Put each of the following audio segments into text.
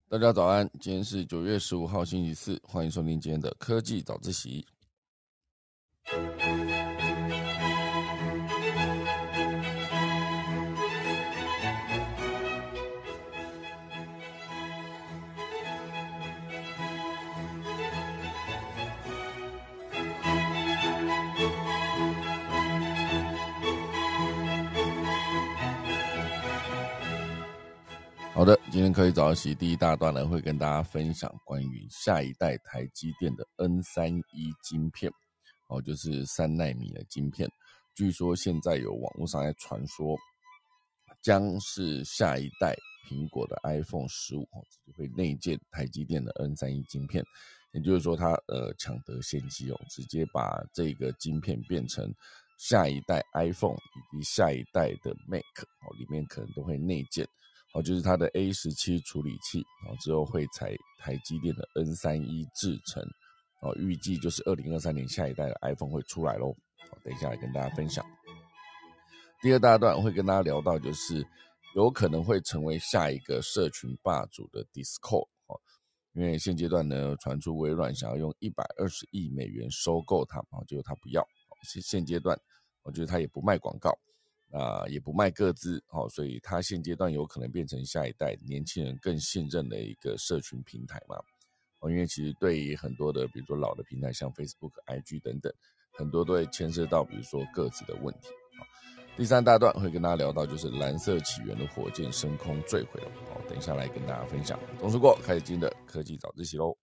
大家早安，今天是9月15号星期四，欢迎收听今天的科技早自习。好的，今天科技早自习第一大段呢，会跟大家分享关于下一代台积电的 N31 晶片，就是3奈米的晶片。据说现在有网络上在传说，将是下一代苹果的 iPhone 15直接会内建台积电的 N31 晶片，也就是说它抢得先机直接把这个晶片变成下一代 iPhone 以及下一代的 Mac 里面可能都会内建。就是它的 A17 处理器，之后会采台积电的 N31 制程，预计就是2023年下一代的 iPhone 会出来咯。等一下来跟大家分享。第二大段我会跟大家聊到，就是有可能会成为下一个社群霸主的 Discord，因为现阶段呢传出微软想要用120亿美元收购它，结果它不要。现阶段我觉得它也不卖广告。也不卖个资，所以它现阶段有可能变成下一代年轻人更信任的一个社群平台嘛。因为其实对于很多的比如说老的平台像 Facebook、IG 等等，很多都会牵涉到比如说个资的问题。第三大段会跟大家聊到就是蓝色起源的火箭升空坠毁了，等一下来跟大家分享。总之过开始今天的科技早自习咯。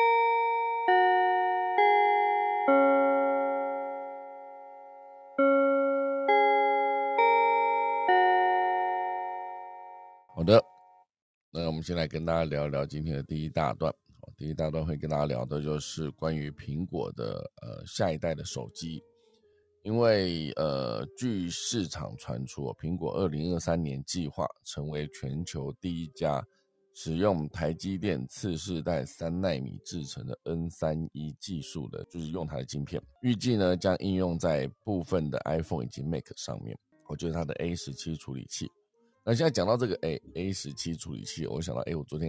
好的，那我们先来跟大家聊一聊今天的第一大段。第一大段会跟大家聊的就是关于苹果的下一代的手机。因为据市场传出，苹果2023年计划成为全球第一家使用台积电次世代3奈米制成的 N31 技术的，就是用它的晶片，预计呢将应用在部分的 iPhone 以及 Mac 上面，就是它的 A17 处理器。那现在讲到这个 A17 处理器，我想到我昨天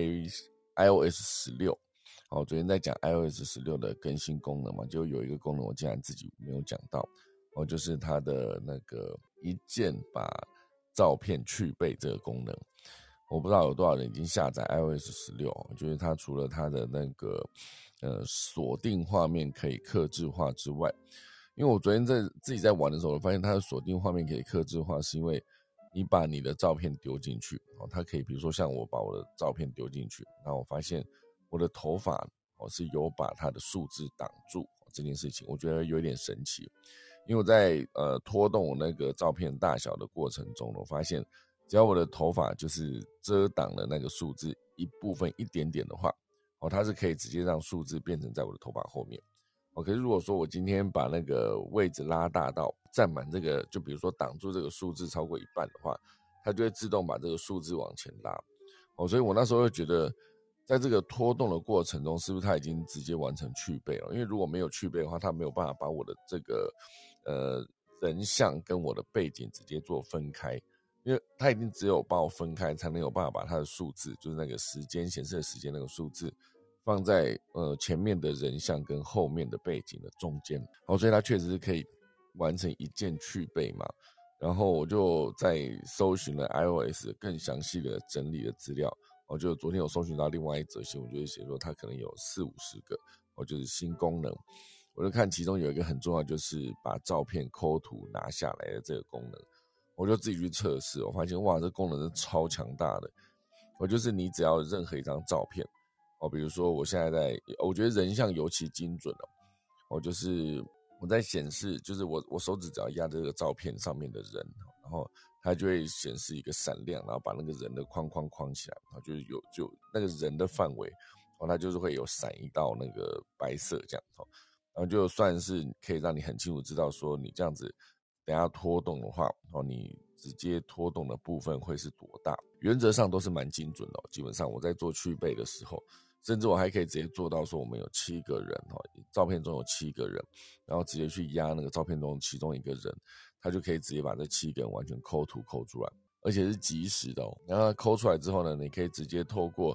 iOS 16，昨天在讲 iOS 16的更新功能嘛，就有一个功能我竟然自己没有讲到，就是它的那个一键把照片去背这个功能。我不知道有多少人已经下载 iOS 16，就是它除了它的那个锁定画面可以客制化之外，因为我昨天自己在玩的时候，我发现它的锁定画面可以客制化，是因为你把你的照片丢进去，它可以比如说像我把我的照片丢进去，然后我发现我的头发是有把它的数字挡住这件事情，我觉得有点神奇。因为我在拖动我那个照片大小的过程中，我发现只要我的头发就是遮挡了那个数字一部分一点点的话，它是可以直接让数字变成在我的头发后面。可是如果说我今天把那个位置拉大到占满这个，就比如说挡住这个数字超过一半的话，它就会自动把这个数字往前拉。所以我那时候会觉得，在这个拖动的过程中，是不是它已经直接完成去背了？因为如果没有去背的话，它没有办法把我的这个人像跟我的背景直接做分开，因为它已经只有把我分开，才能有办法把它的数字，就是那个时间显示的时间那个数字，放在前面的人像跟后面的背景的中间。所以它确实是可以完成一键去背嘛。然后我就在搜寻了 iOS 更详细的整理的资料，就昨天有搜寻到另外一则新闻，就是写说它可能有40-50个就是新功能。我就看其中有一个很重要，就是把照片抠图拿下来的这个功能，我就自己去测试，我发现哇，这功能是超强大的。就是你只要任何一张照片，比如说我现在我觉得人像尤其精准就是我在显示，就是我手指只要压这个照片上面的人，然后它就会显示一个闪亮，然后把那个人的框起来，然后就是就那个人的范围，它就是会有闪一道那个白色这样，然后就算是可以让你很清楚知道说你这样子等一下拖动的话，你直接拖动的部分会是多大，原则上都是蛮精准的。基本上我在做去背的时候，甚至我还可以直接做到说我们有7个人，照片中有7个人，然后直接去压那个照片中其中一个人，他就可以直接把这7个人完全抠图抠出来，而且是即时的然后抠出来之后呢，你可以直接透过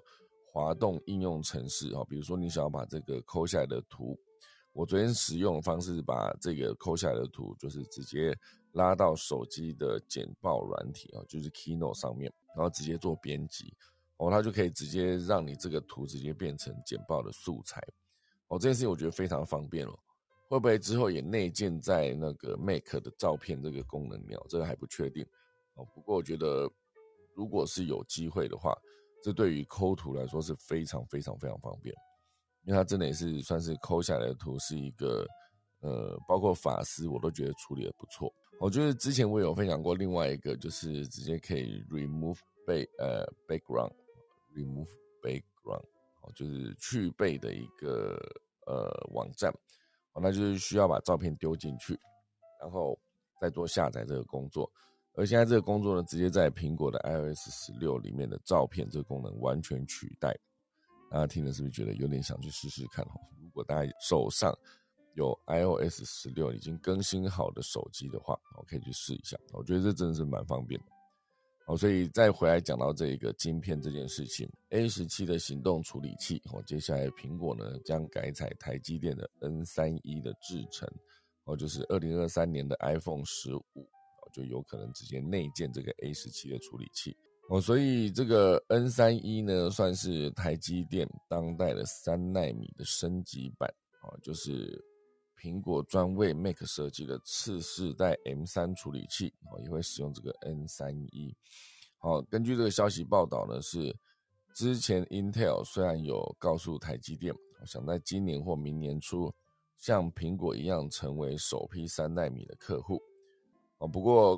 滑动应用程式比如说你想要把这个抠下来的图，我昨天使用的方式是把这个抠下来的图就是直接拉到手机的简报软体就是 Keynote 上面，然后直接做编辑它就可以直接让你这个图直接变成简报的素材这件事情我觉得非常方便会不会之后也内建在那个 Make 的照片这个功能里这个还不确定不过我觉得如果是有机会的话，这对于抠图来说是非常非常非常方便，因为它真的也是算是抠下来的图是一个包括发丝我都觉得处理得不错。我觉得之前我有分享过另外一个就是直接可以 remove background remove background 就是去背的一个网站那就是需要把照片丢进去然后再做下载这个工作，而现在这个工作呢直接在苹果的 iOS 16里面的照片这个功能完全取代。大家听了是不是觉得有点想去试试看如果大家手上有 iOS 16已经更新好的手机的话可以去试一下，我觉得这真的是蛮方便的所以再回来讲到这个晶片这件事情 A17 的行动处理器接下来苹果呢将改采台积电的 N31 的制程就是2023年的 iPhone 15就有可能直接内建这个 A17 的处理器所以这个 N31 呢算是台积电当代的3奈米的升级版就是苹果专为 Mac 设计的次世代 M3 处理器也会使用这个 N31。根据这个消息报道呢，是之前 Intel 虽然有告诉台积电想在今年或明年初像苹果一样成为首批3奈米的客户不过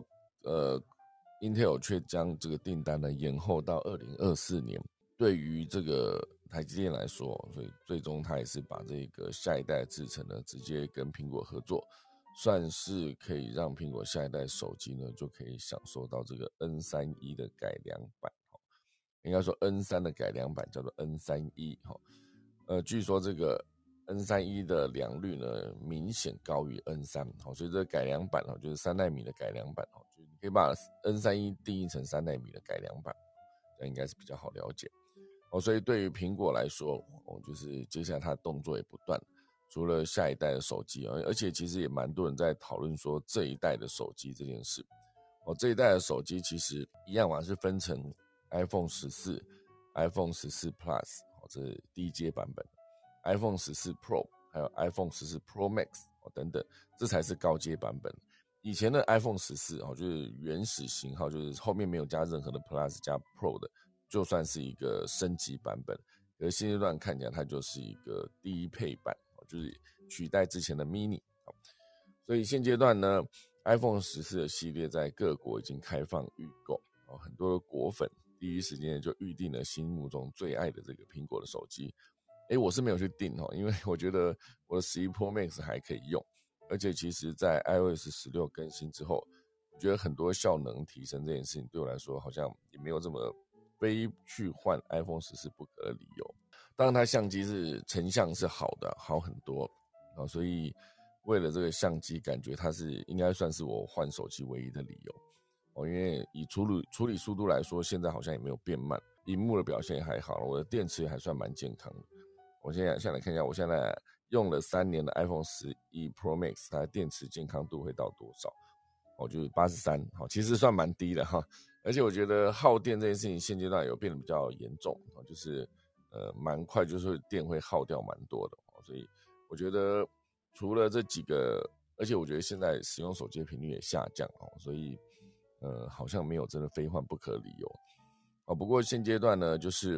Intel 却将这个订单呢延后到2024年。对于这个台积电来说，所以最终它也是把这个下一代制程呢直接跟苹果合作，算是可以让苹果下一代手机呢就可以享受到这个 N31 的改良版应该说 N3 的改良版叫做 N31据说这个 N31 的良率呢明显高于 N3 所以这个改良版就是3奈米的改良版就是你可以把 N31 定义成3奈米的改良版，这应该是比较好了解所以对于苹果来说就是接下来它的动作也不断，除了下一代的手机而且其实也蛮多人在讨论说这一代的手机这件事这一代的手机其实一样是分成 iPhone 14、iPhone 14 Plus 这是低阶版本 iPhone 14 Pro 还有 iPhone 14 Pro Max 等等，这才是高阶版本。以前的 iPhone 14就是原始型号，就是后面没有加任何的 Plus 加 Pro 的，就算是一个升级版本，可是现阶段看起来它就是一个低配版，就是取代之前的 mini。所以现阶段呢 iPhone 14的系列在各国已经开放预购很多的果粉第一时间就预定了心目中最爱的这个苹果的手机。我是没有去订因为我觉得我的11 Pro Max 还可以用，而且其实在 iOS 16更新之后，我觉得很多效能提升这件事情对我来说好像也没有这么非去换 iPhone 14不可的理由。当然它相机是成像是好的，好很多所以为了这个相机感觉它是应该算是我换手机唯一的理由因为以处理速度来说现在好像也没有变慢，萤幕的表现也还好，我的电池也还算蛮健康的。我现在来看一下，我现在用了3年的 iPhone 11 Pro Max 它的电池健康度会到多少就是83其实算蛮低的而且我觉得耗电这件事情现阶段有变得比较严重就是蛮快就是电会耗掉蛮多的所以我觉得除了这几个，而且我觉得现在使用手机的频率也下降所以好像没有真的非换不可的理由不过现阶段呢就是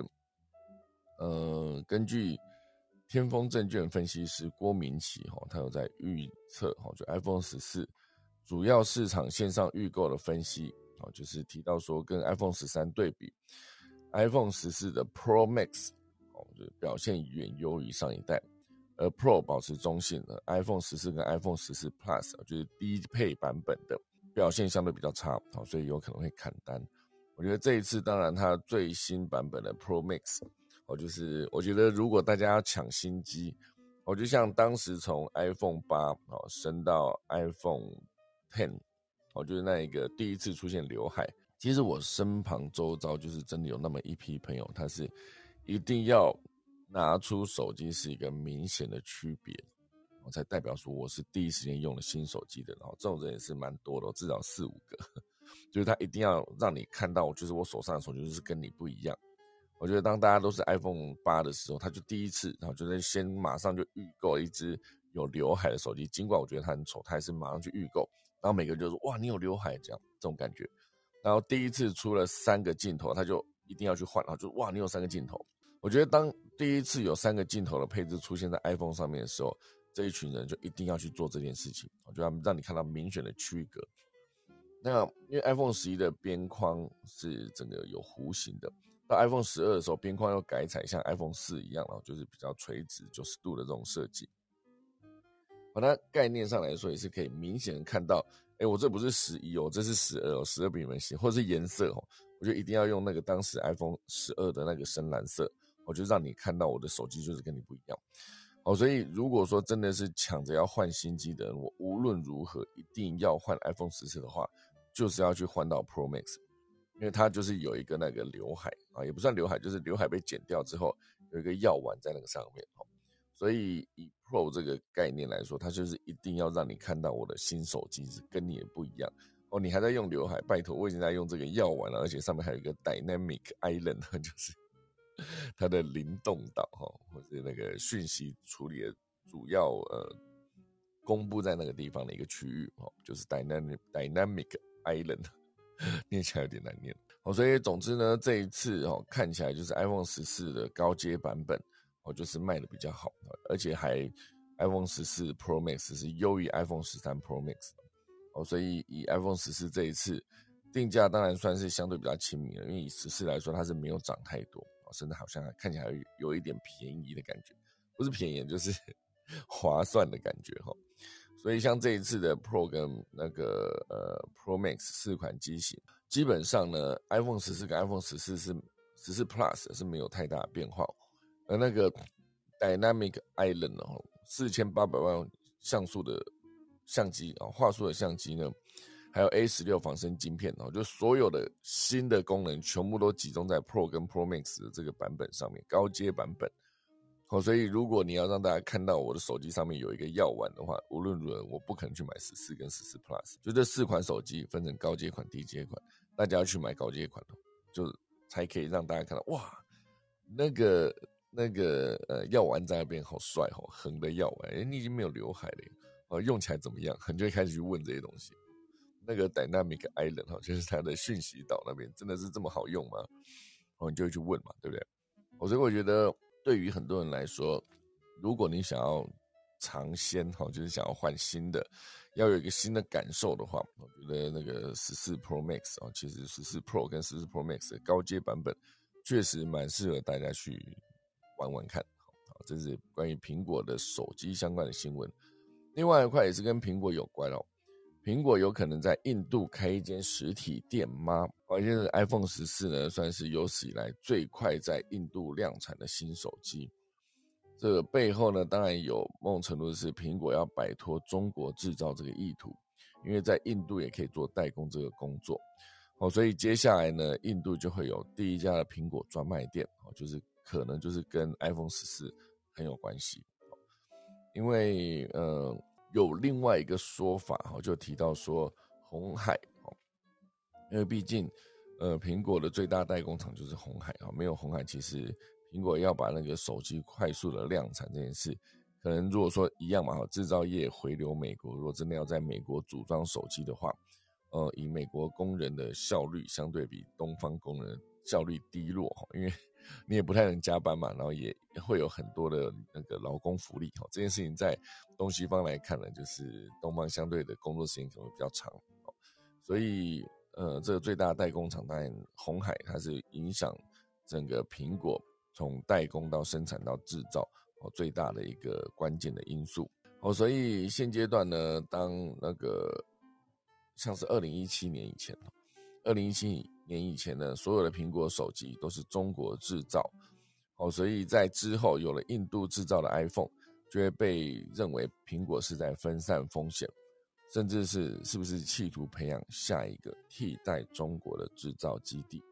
根据天风证券分析师郭明奇他有在预测就 iPhone 14主要市场线上预购的分析就是提到说跟 iPhone 13对比 iPhone 14的 Pro Max 就是表现远优于上一代，而 Pro 保持中性的 iPhone 14跟 iPhone 14 Plus 就是低配版本的表现相对比较差所以有可能会砍单。我觉得这一次当然它最新版本的 Pro Max就是我觉得如果大家要抢新机就像当时从 iPhone 8升到 iPhone X就是那一个第一次出现刘海，其实我身旁周遭就是真的有那么一批朋友他是一定要拿出手机是一个明显的区别，才代表说我是第一时间用了新手机的人。这种人也是蛮多的，至少4-5个，就是他一定要让你看到，就是我手上的手机就是跟你不一样。我觉得当大家都是 iPhone 8的时候，他就第一次，然后就先马上就预购一只有刘海的手机，尽管我觉得它很丑，他还是马上去预购，然后每个人就说哇你有刘海这种感觉。然后第一次出了3个镜头，他就一定要去换，然后就哇你有3个镜头。我觉得当第一次有3个镜头的配置出现在 iPhone 上面的时候，这一群人就一定要去做这件事情，就让你看到明显的区隔。那因为 iPhone 11的边框是整个有弧形的，到 iPhone 12的时候边框又改采像 iPhone 4一样，就是比较垂直90度的这种设计。它概念上来说也是可以明显的看到，我这不是11哦，这是12哦，12比你们新，或者是颜色哦，我就一定要用那个当时 iPhone 12的那个深蓝色，我就让你看到我的手机就是跟你不一样。所以如果说真的是抢着要换新机的人，我无论如何一定要换 iPhone 14的话，就是要去换到 Pro Max， 因为它就是有一个那个刘海也不算刘海，就是刘海被剪掉之后有一个药丸在那个上面。所以以 Pro 这个概念来说，它就是一定要让你看到我的新手机是跟你的不一样。你还在用刘海，拜托，我已经在用这个药丸了，而且上面还有一个 Dynamic Island， 就是它的灵动岛或是那个讯息处理的主要公布在那个地方的一个区域就是 Dynamic Island， 念起来有点难念。所以总之呢，这一次看起来就是 iPhone 14的高阶版本就是卖的比较好，而且还 iPhone 14 Pro Max 是优于 iPhone 13 Pro Max 所以以 iPhone 14这一次定价当然算是相对比较亲民了，因为以14来说它是没有涨太多，甚至好像看起来有一点便宜的感觉，不是便宜就是划算的感觉所以像这一次的 Pro 跟那个Pro Max 4款机型，基本上呢 iPhone 14跟 iPhone 14 Plus 是没有太大的变化，而那个 Dynamic Island 4800万像素的相机画素的相机呢，还有 A16 仿生晶片就所有的新的功能全部都集中在 Pro 跟 Pro Max 的这个版本上面，高阶版本所以如果你要让大家看到我的手机上面有一个药丸的话，无论如何我不可能去买14跟14 Plus， 就这4款手机分成高阶款低阶款，大家要去买高阶款就才可以让大家看到哇那个药丸在那边好帅横的药丸，你已经没有刘海了用起来怎么样？你就会开始去问这些东西。那个 Dynamic Island 就是它的讯息岛那边真的是这么好用吗？你就会去问嘛，对不对？所以我觉得对于很多人来说，如果你想要尝鲜就是想要换新的，要有一个新的感受的话，我觉得那个14 Pro Max 其实14 Pro 跟14 Pro Max 的高阶版本确实蛮适合大家去玩玩看。这是关于苹果的手机相关的新闻。另外一块也是跟苹果有关苹果有可能在印度开一间实体店吗？现在 iPhone 14呢，算是有史以来最快在印度量产的新手机。这个背后呢，当然有某种程度是苹果要摆脱中国制造这个意图，因为在印度也可以做代工这个工作。所以接下来呢，印度就会有第一家的苹果专卖店，就是可能就是跟 iPhone 14很有关系。因为有另外一个说法就提到说鸿海因为毕竟苹果的最大代工厂就是鸿海没有鸿海其实苹果要把那个手机快速的量产这件事，可能如果说一样嘛制造业回流美国，如果真的要在美国组装手机的话以美国工人的效率相对比东方工人效率低落因为你也不太能加班嘛，然后也会有很多的那个劳工福利这件事情在东西方来看呢，就是东方相对的工作时间可能会比较长所以这个最大的代工厂当然鸿海它是影响整个苹果从代工到生产到制造最大的一个关键的因素所以现阶段呢，当那个像是2017年以前2017年以前呢，所有的苹果手机都是中国制造所以在之后有了印度制造的 iPhone， 就会被认为苹果是在分散风险，甚至是不是企图培养下一个替代中国的制造基地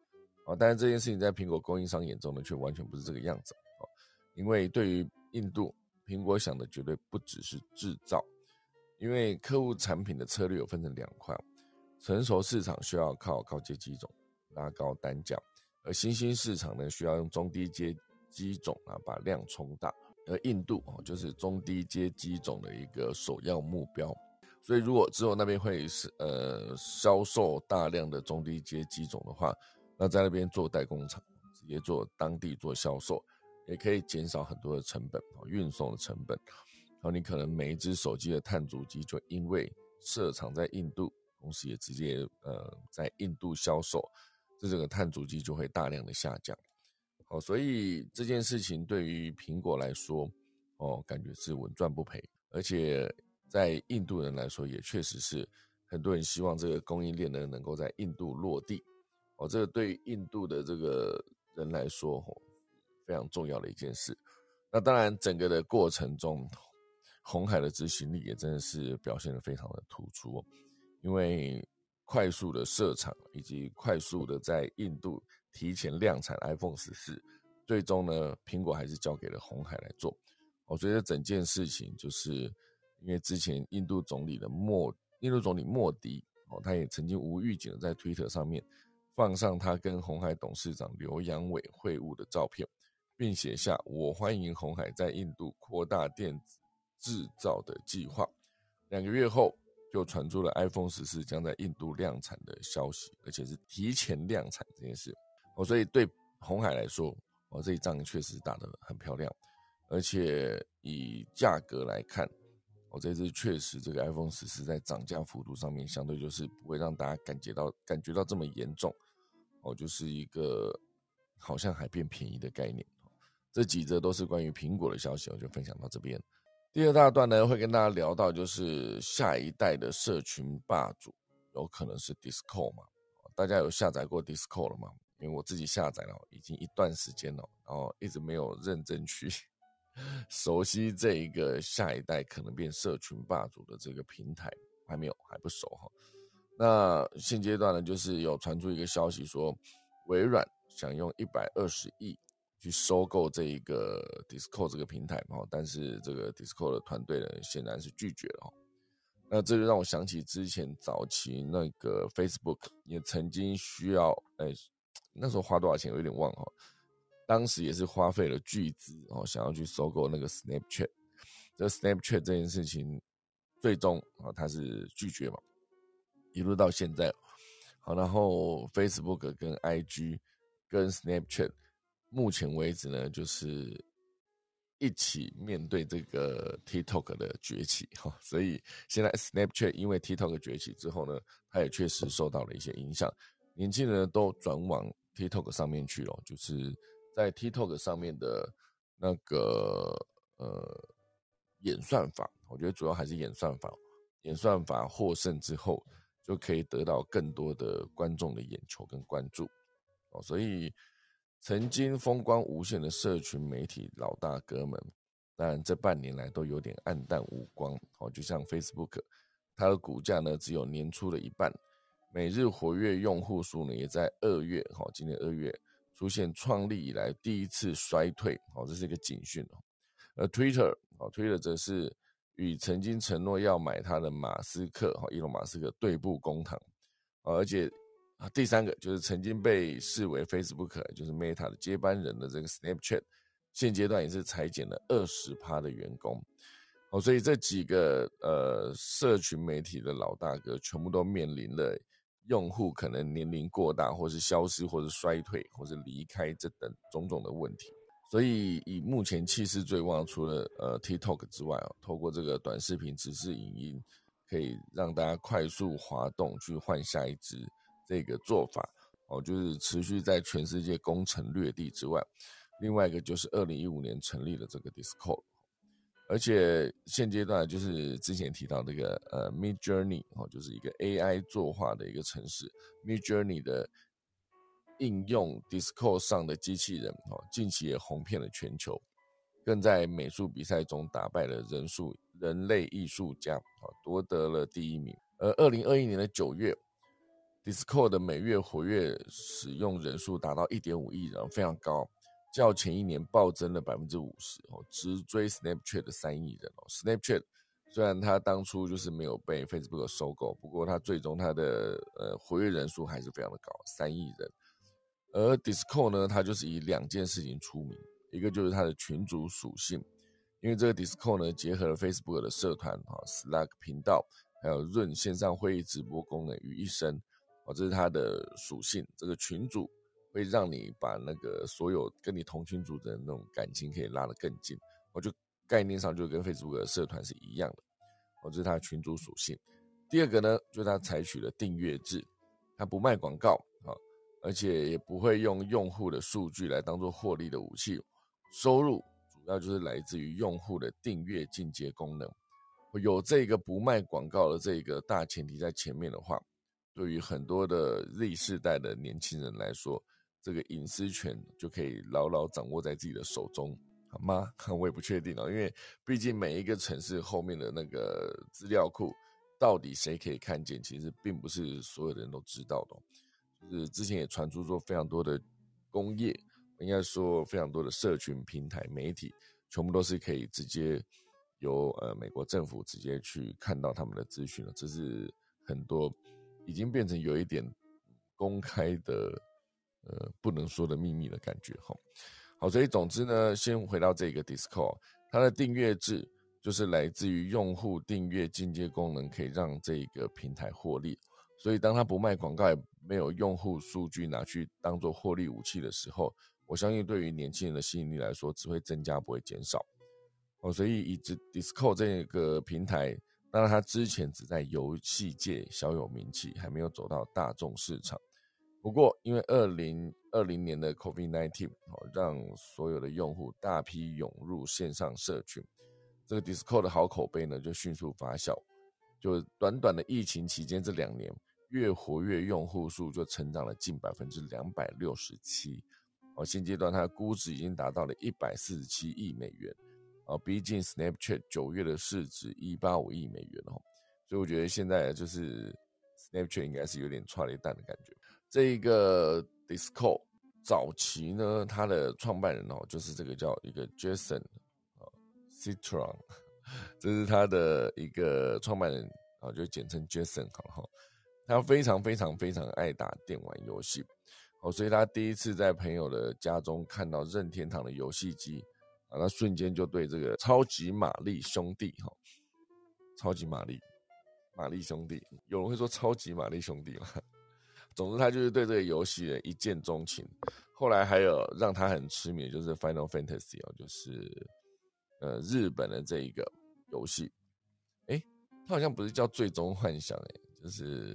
但是这件事情在苹果供应商眼中呢，却完全不是这个样子。因为对于印度，苹果想的绝对不只是制造，因为客户产品的策略有分成2块，成熟市场需要靠高阶机种拉高单价，而新兴市场呢需要用中低阶机种把量冲大，而印度就是中低阶机种的一个首要目标。所以如果之后那边会销售大量的中低阶机种的话，那在那边做代工厂，直接做当地做销售，也可以减少很多的成本，运送的成本。然后你可能每一只手机的碳足迹就因为设厂在印度，同时也直接在印度销售，这个碳足迹就会大量的下降。所以这件事情对于苹果来说，感觉是稳赚不赔，而且在印度人来说，也确实是很多人希望这个供应链呢能够在印度落地。这个对于印度的这个人来说，非常重要的一件事。那当然，整个的过程中，鸿海的执行力也真的是表现得非常的突出，因为快速的设厂以及快速的在印度提前量产 iPhone 14，最终呢，苹果还是交给了鸿海来做。所以这整件事情就是因为之前印度总理莫迪，他也曾经无预警的在 Twitter 上面放上他跟鸿海董事长刘扬伟会晤的照片，并写下我欢迎鸿海在印度扩大电子制造的计划。2个月后就传出了 iPhone 14将在印度量产的消息，而且是提前量产这件事。所以对鸿海来说，这一仗确实打得很漂亮，而且以价格来看，这次确实这个 iPhone 14在涨价幅度上面相对就是不会让大家感觉到这么严重，就是一个好像还变便宜的概念。这几则都是关于苹果的消息，我就分享到这边。第二大段呢，会跟大家聊到就是下一代的社群霸主有可能是 Discord 嘛？大家有下载过 Discord 了吗？因为我自己下载了已经一段时间了，然后一直没有认真去熟悉这一个下一代可能变社群霸主的这个平台，还不熟哈。那现阶段呢，就是有传出一个消息说，微软想用120亿去收购这一个 Discord 这个平台，但是这个 Discord 的团队呢显然是拒绝了。那这就让我想起之前早期那个 Facebook 也曾经需要，那时候花多少钱我有点忘了，当时也是花费了巨资想要去收购那个 Snapchat。这 Snapchat 这件事情最终他是拒绝嘛，一路到现在。好，然后 Facebook 跟 IG 跟 Snapchat 目前为止呢，就是一起面对这个 TikTok 的崛起，所以现在 Snapchat 因为 TikTok 崛起之后呢，它也确实受到了一些影响，年轻人都转往 TikTok 上面去了，就是在 TikTok 上面的那个演算法，我觉得主要还是演算法获胜之后，就可以得到更多的观众的眼球跟关注。所以曾经风光无限的社群媒体老大哥们，当然这半年来都有点黯淡无光。就像 Facebook， 它的股价呢只有年初的一半，每日活跃用户数呢也在今年2月出现创立以来第一次衰退，这是一个警讯。而 Twitter 则是与曾经承诺要买它的伊隆马斯克对簿公堂，而且第三个就是曾经被视为 Facebook 就是 Meta 的接班人的这个 Snapchat， 现阶段也是裁减了20%的员工。所以这几个社群媒体的老大哥全部都面临了用户可能年龄过大，或是消失，或是衰退，或是离开这等种种的问题。所以以目前气势最旺，除了TikTok 之外，透过这个短视频直视影音，可以让大家快速滑动去换下一支这个做法，就是持续在全世界攻城略地之外，另外一个就是2015年成立了这个 Discord， 而且现阶段就是之前提到这个Midjourney， 就是一个 AI 作画的一个程式 ，Midjourney 的应用 Discord 上的机器人，近期也红遍了全球，更在美术比赛中打败了人类艺术家，夺得了第1名。而2021年的9月， Discord 的每月活跃使用人数达到 1.5 亿人，非常高，较前一年暴增了 50%，直追 Snapchat 的3亿人。Snapchat 虽然它当初就是没有被 Facebook 收购，不过它最终它的活跃人数还是非常的高，3亿人。而 Discord 呢，它就是以2件事情出名，一个就是它的群组属性，因为这个 Discord 呢结合了 Facebook 的社团、Slack 频道，还有润线上会议直播功能于一身，这是它的属性。这个群组会让你把那个所有跟你同群组的那种感情可以拉得更近，就概念上就跟 Facebook 的社团是一样的，这是它的群组属性。第二个呢，就是它采取了订阅制，它不卖广告，而且也不会用用户的数据来当做获利的武器，收入主要就是来自于用户的订阅进阶功能。有这个不卖广告的这个大前提在前面的话，对于很多的 Z 世代的年轻人来说，这个隐私权就可以牢牢掌握在自己的手中，好吗？我也不确定，因为毕竟每一个城市后面的那个资料库到底谁可以看见，其实并不是所有的人都知道的。就是之前也传出说非常多的工业，应该说非常多的社群平台媒体，全部都是可以直接由美国政府直接去看到他们的资讯了。这是很多已经变成有一点公开的不能说的秘密的感觉。好，所以总之呢，先回到这个 Discord， 它的订阅制就是来自于用户订阅进阶功能可以让这个平台获利。所以当他不卖广告，也没有用户数据拿去当做获利武器的时候，我相信对于年轻人的吸引力来说，只会增加不会减少。所以以 Discord 这个平台，当然它之前只在游戏界小有名气，还没有走到大众市场。不过因为2020年的 COVID-19 让所有的用户大批涌入线上社群，这个 Discord 的好口碑呢就迅速发酵。就短短的疫情期间这2年，月活跃用户数就成长了近267%。现阶段它的估值已经达到了147亿美元，逼近 Snapchat 9月的市值185亿美元。所以我觉得现在就是 Snapchat 应该是有点剉咧蛋的感觉。这一个 Discord 早期呢，它的创办人就是这个叫一个 Jason Citron， 这是他的一个创办人，就简称 Jason 好了。他非常非常非常爱打电玩游戏，所以他第一次在朋友的家中看到任天堂的游戏机，他瞬间就对这个超级玛丽兄弟，超级玛丽兄弟，有人会说超级玛丽兄弟吗？总之他就是对这个游戏一见钟情。后来还有让他很痴迷的就是 Final Fantasy， 就是日本的这一个游戏，它好像不是叫最终幻想，就是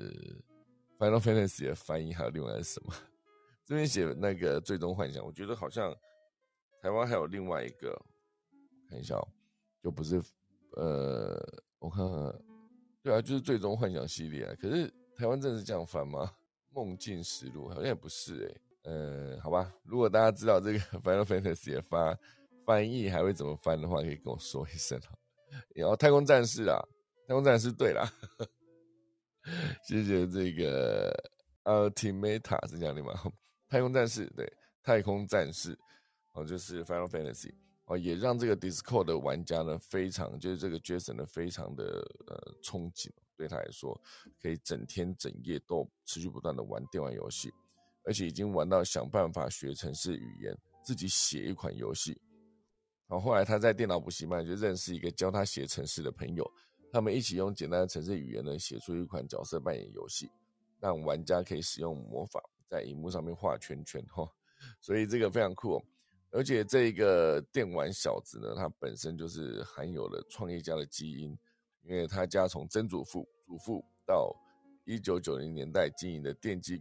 Final Fantasy 的翻译还有另外是什么？这边写那个最终幻想，我觉得好像台湾还有另外一个，看一下就不是我看看，对啊，就是最终幻想系列啊。可是台湾真的是这样翻吗？梦境实录好像也不是好吧，如果大家知道这个 Final Fantasy 的翻译还会怎么翻的话，可以跟我说一声。然后太空战士啊，太空战士对啦，谢谢这个Ultimata 是这样的吗？太空战士对，太空战士就是 Final Fantasy 也让这个 Discord 的玩家呢非常就是这个 Jason 呢非常的憧憬，对他来说可以整天整夜都持续不断的玩电玩游戏，而且已经玩到想办法学程式语言，自己写一款游戏。后来他在电脑补习班就认识一个教他写程式的朋友，他们一起用简单的程式语言呢写出一款角色扮演游戏，让玩家可以使用魔法在荧幕上面画圈圈，所以这个非常酷。而且这个电玩小子呢，他本身就是含有了创业家的基因，因为他家从曾祖父到1990年代经营的电机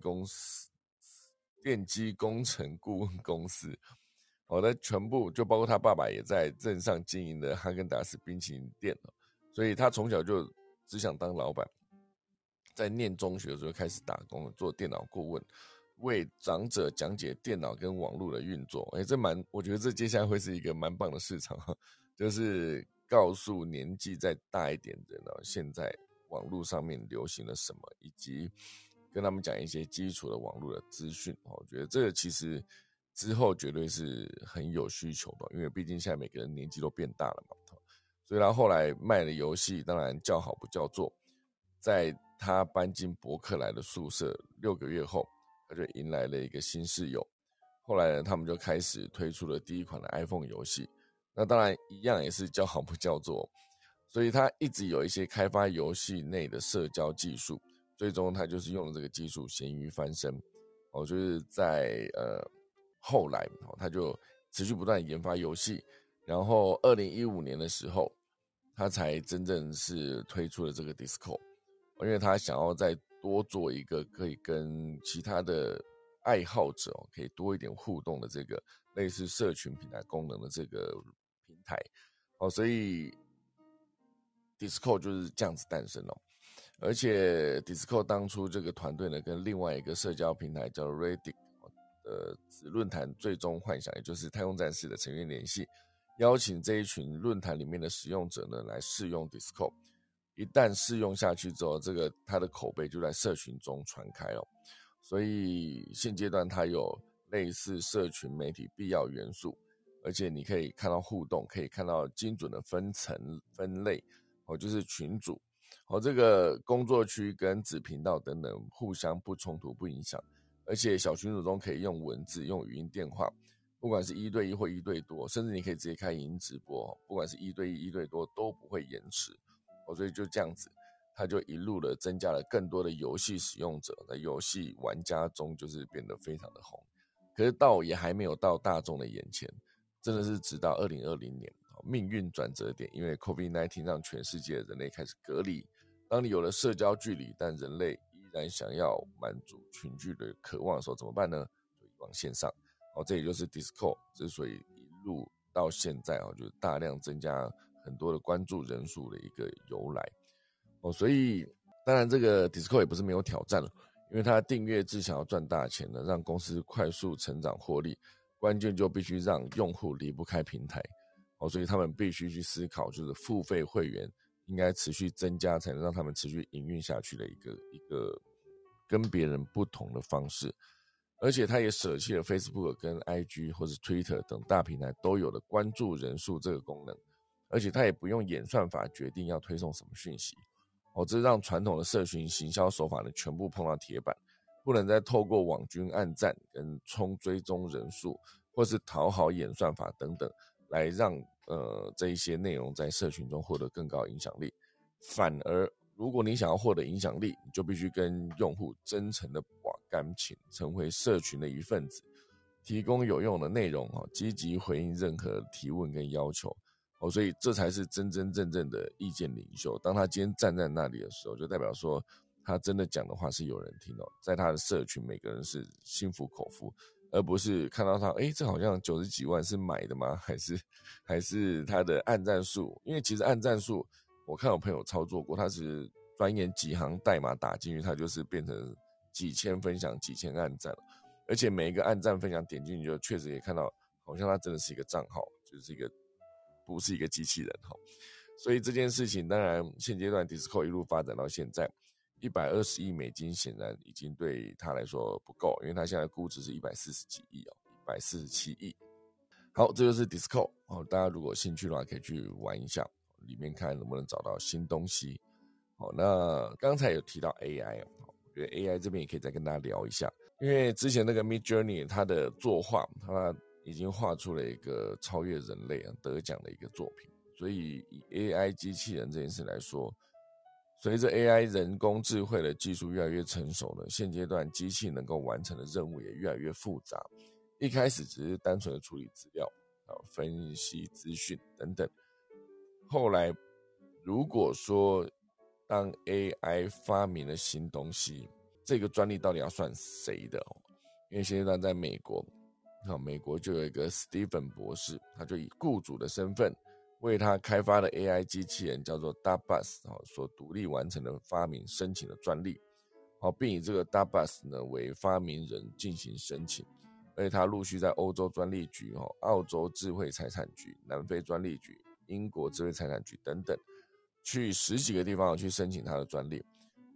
工程顾问公司，那全部就包括他爸爸也在镇上经营的哈根达斯冰淇淋店，所以他从小就只想当老板。在念中学的时候开始打工，做电脑顾问，为长者讲解电脑跟网络的运作。我觉得这接下来会是一个蛮棒的市场，就是告诉年纪再大一点的人现在网络上面流行了什么，以及跟他们讲一些基础的网络的资讯。我觉得这个其实之后绝对是很有需求的，因为毕竟现在每个人年纪都变大了嘛。所以他后来卖的游戏当然叫好不叫座，在他搬进伯克莱的宿舍6个月后，他就迎来了一个新室友。后来呢，他们就开始推出了第一款的 iPhone 游戏，那当然一样也是叫好不叫座，所以他一直有一些开发游戏内的社交技术，最终他就是用了这个技术咸鱼翻身。就是在后来他就持续不断研发游戏，然后2015年的时候，他才真正是推出了这个 Discord，因为他想要再多做一个可以跟其他的爱好者可以多一点互动的这个类似社群平台功能的这个平台。所以 Discord 就是这样子诞生了。而且 Discord 当初这个团队呢，跟另外一个社交平台叫 Reddit 子论坛最终幻想，也就是太空战士的成员联系，邀请这一群论坛里面的使用者呢来试用 Discord。一旦试用下去之后，这个它的口碑就在社群中传开了。所以现阶段它有类似社群媒体必要元素，而且你可以看到互动，可以看到精准的分层分类，就是群组，这个工作区跟子频道等等互相不冲突不影响，而且小群组中可以用文字用语音电话，不管是1对1或1对多，甚至你可以直接开影音直播，不管是1对1 1对多都不会延迟。所以就这样子，他就一路的增加了更多的游戏使用者，在游戏玩家中就是变得非常的红。可是也还没有到大众的眼前，真的是直到2020年命运转折点，因为 COVID-19 让全世界的人类开始隔离。当你有了社交距离，但人类依然想要满足群聚的渴望的时候，怎么办呢？就移往线上。这也就是 Discord 之所以一路到现在就是大量增加很多的关注人数的一个由来。所以当然这个 Discord 也不是没有挑战了，因为它订阅制想要赚大钱的，让公司快速成长获利，关键就必须让用户离不开平台。所以他们必须去思考，就是付费会员应该持续增加，才能让他们持续营运下去的一个跟别人不同的方式。而且他也舍弃了 Facebook 跟 IG 或者 Twitter 等大平台都有的关注人数这个功能，而且他也不用演算法决定要推送什么讯息。这让传统的社群行销手法呢全部碰到铁板，不能再透过网军按赞跟冲追踪人数，或是讨好演算法等等，来让这一些内容在社群中获得更高影响力。反而如果你想要获得影响力，你就必须跟用户真诚的把感情，成为社群的一份子，提供有用的内容，积极回应任何提问跟要求。所以这才是真真正正的意见领袖。当他今天站在那里的时候，就代表说他真的讲的话是有人听到，在他的社群每个人是心服口服，而不是看到他这好像90几万是买的吗？还是他的按赞数？因为其实按赞数我看我朋友操作过，他是转眼几行代码打进去，他就是变成几千分享几千按赞，而且每一个按赞分享点进去就确实也看到好像他真的是一个账号，就是不是一个机器人。所以这件事情当然现阶段 Discord 一路发展到现在，120亿美金显然已经对他来说不够，因为他现在的估值是140几亿147亿。好，这就是 Discord，大家如果有兴趣的话可以去玩一下，里面看能不能找到新东西。那刚才有提到 AI， 我觉得 AI 这边也可以再跟大家聊一下，因为之前那个 Midjourney 它的作画，它已经画出了一个超越人类得奖的一个作品。所以以 AI 机器人这件事来说，随着 AI 人工智慧的技术越来越成熟呢，现阶段机器能够完成的任务也越来越复杂。一开始只是单纯的处理资料，分析资讯等等，后来如果说当 AI 发明了新东西，这个专利到底要算谁的？因为现阶段在美国，美国就有一个 Stephen 博士，他就以雇主的身份为他开发的 AI 机器人叫做 DARPAS 所独立完成的发明申请的专利，并以这个 DARPAS 呢为发明人进行申请，而且他陆续在欧洲专利局、澳洲智慧财产局、南非专利局、英国智慧财产局等等，去10几个地方去申请他的专利。